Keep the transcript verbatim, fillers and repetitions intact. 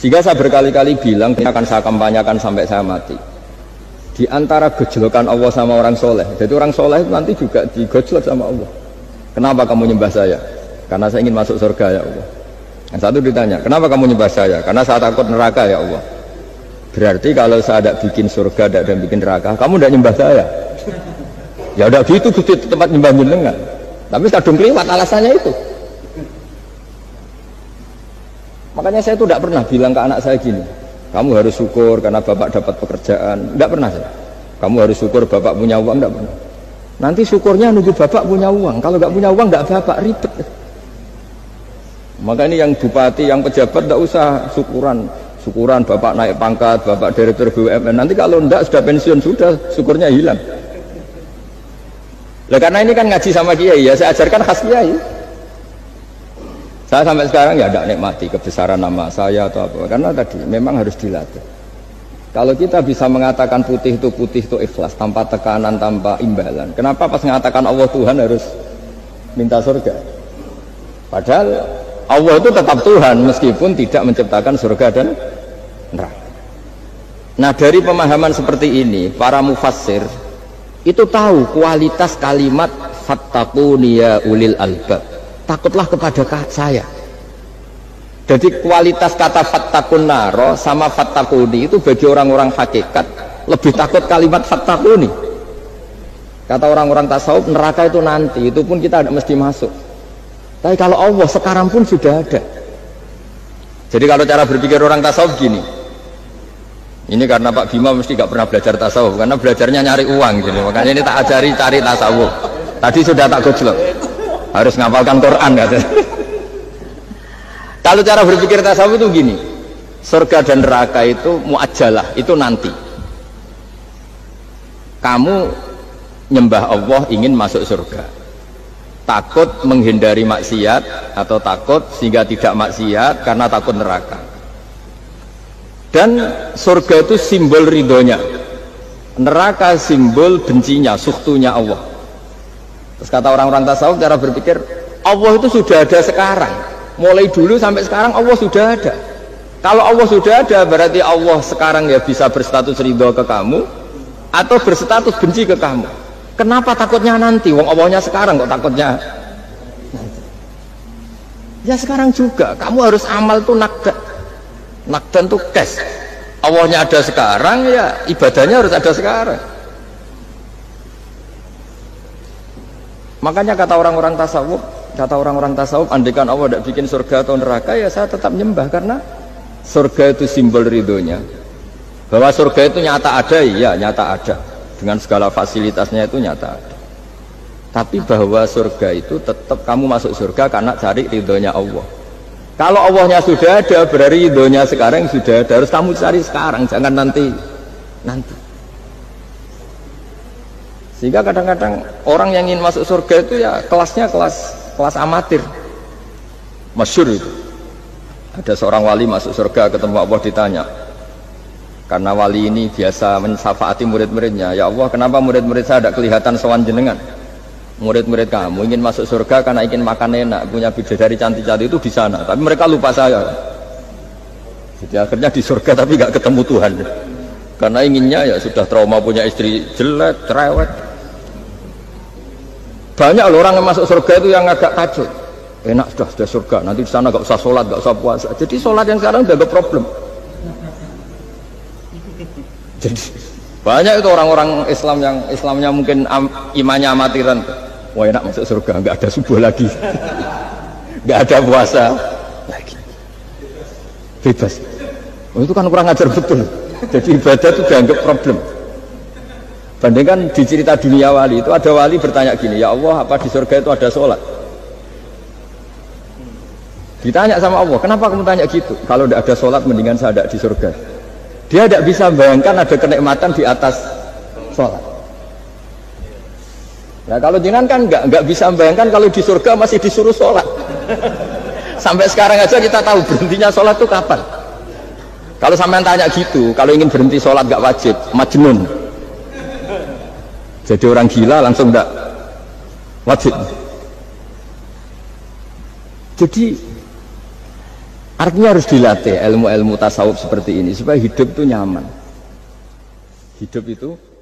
Sehingga saya berkali-kali bilang, ini akan saya kampanyakan sampai saya mati. Di antara gejolokan Allah sama orang soleh, jadi orang soleh itu nanti juga digojlok sama Allah. Kenapa kamu nyembah saya? Karena saya ingin masuk surga ya Allah. Yang satu ditanya, kenapa kamu nyembah saya? Karena saya takut neraka ya Allah. Berarti kalau saya tidak bikin surga, tidak ada bikin neraka, kamu tidak nyembah saya. Ya udah gitu, gitu tempat nyembah jenengan. Tapi kadung keliwat alasannya itu. Makanya saya itu tidak pernah bilang ke anak saya gini, kamu harus syukur karena bapak dapat pekerjaan. Tidak pernah saya. Kamu harus syukur bapak punya uang, tidak pernah. Nanti syukurnya nunggu bapak punya uang. Kalau nggak punya uang, nggak bapak ribet. Maka ini yang bupati, yang pejabat tidak usah syukuran. Syukuran bapak naik pangkat, bapak direktur B U M N. Nanti kalau tidak sudah pensiun sudah, syukurnya hilang. Nah, karena ini kan ngaji sama kiai ya, saya ajarkan khas kiai. Saya sampai sekarang ya tidak nikmati kebesaran nama saya atau apa, karena tadi memang harus dilatih. Kalau kita bisa mengatakan putih itu putih itu ikhlas, tanpa tekanan, tanpa imbalan. Kenapa pas mengatakan Allah Tuhan harus minta surga? Padahal Allah itu tetap Tuhan meskipun tidak menciptakan surga dan neraka. Nah, dari pemahaman seperti ini, para mufassir itu tahu kualitas kalimat fattaquni ya ulil albab. Takutlah kepada saya. Jadi kualitas kata fattaqun naro sama fattaquni itu bagi orang-orang hakikat lebih takut kalimat fattaquni. Kata orang-orang tasawuf, neraka itu nanti, itu pun kita tidak mesti masuk. Tapi kalau Allah sekarang pun sudah ada. Jadi kalau cara berpikir orang tasawuf gini, ini karena Pak Bima mesti gak pernah belajar tasawuf, karena belajarnya nyari uang gitu. Makanya ini tak ajari cari tasawuf. Tadi sudah tak gojlok, harus ngapalkan Quran katanya. Kalau cara berpikir tasawuf itu gini, surga dan neraka itu muajjalah, itu nanti. Kamu nyembah Allah ingin masuk surga, takut menghindari maksiat atau takut sehingga tidak maksiat karena takut neraka. Dan surga itu simbol ridhonya, neraka simbol bencinya, sukhtunya Allah. Terus kata orang-orang tasawuf, cara berpikir Allah itu sudah ada sekarang, mulai dulu sampai sekarang Allah sudah ada. Kalau Allah sudah ada berarti Allah sekarang ya bisa berstatus ridho ke kamu atau berstatus benci ke kamu. Kenapa takutnya nanti? Wong Allahnya sekarang kok takutnya nanti? Ya sekarang juga kamu harus amal tuh nakda. Nakdan tuh cash. Allahnya ada sekarang ya ibadahnya harus ada sekarang. Makanya kata orang-orang tasawuf, kata orang-orang tasawuf, andaikan Allah tidak bikin surga atau neraka ya saya tetap nyembah, karena surga itu simbol ridhonya. Bahwa surga itu nyata ada, ya nyata ada, dengan segala fasilitasnya itu nyata ada. Tapi bahwa surga itu tetap kamu masuk surga karena cari ridhonya Allah. Kalau Allahnya sudah ada berarti ridhonya sekarang sudah ada, harus kamu cari sekarang, jangan nanti nanti. Sehingga kadang-kadang orang yang ingin masuk surga itu ya kelasnya kelas kelas amatir. Masyhur itu. Ada seorang wali masuk surga ketemu Allah, ditanya. Karena wali ini biasa mensafaati murid-muridnya. Ya Allah, kenapa murid-murid saya tidak kelihatan sowan jenengan? Murid-murid kamu ingin masuk surga karena ingin makan enak, punya bidadari cantik-cantik itu di sana. Tapi mereka lupa saya. Jadi akhirnya di surga tapi nggak ketemu Tuhan. Karena inginnya ya sudah trauma, punya istri jelek, cerewet. Banyak loh orang yang masuk surga itu yang agak kacau. Enak sudah sudah surga, nanti di sana nggak usah sholat, nggak usah puasa. Jadi sholat yang sekarang udah gak problem. Jadi banyak itu orang-orang Islam yang Islamnya mungkin am, imannya amatiran. Wah enak masuk surga, nggak ada subuh lagi, nggak ada puasa lagi, bebas. Oh, itu kan kurang ajar betul. Jadi ibadah itu dianggap problem. Bandingkan di cerita dunia wali itu, ada wali bertanya gini, ya Allah apa di surga itu ada sholat? Ditanya sama Allah, kenapa kamu tanya gitu? Kalau tidak ada sholat mendingan saya tidak di surga. Dia tidak bisa bayangkan ada kenikmatan di atas sholat. Nah kalau jenengan kan nggak nggak bisa bayangkan kalau di surga masih disuruh sholat. Sampai sekarang aja kita tahu berhentinya sholat itu kapan. Kalau sampean tanya gitu, kalau ingin berhenti sholat nggak wajib, majnun. Jadi orang gila langsung nggak wajib. Jadi Artinya harus dilatih ilmu-ilmu tasawuf seperti ini supaya hidup itu nyaman. Hidup itu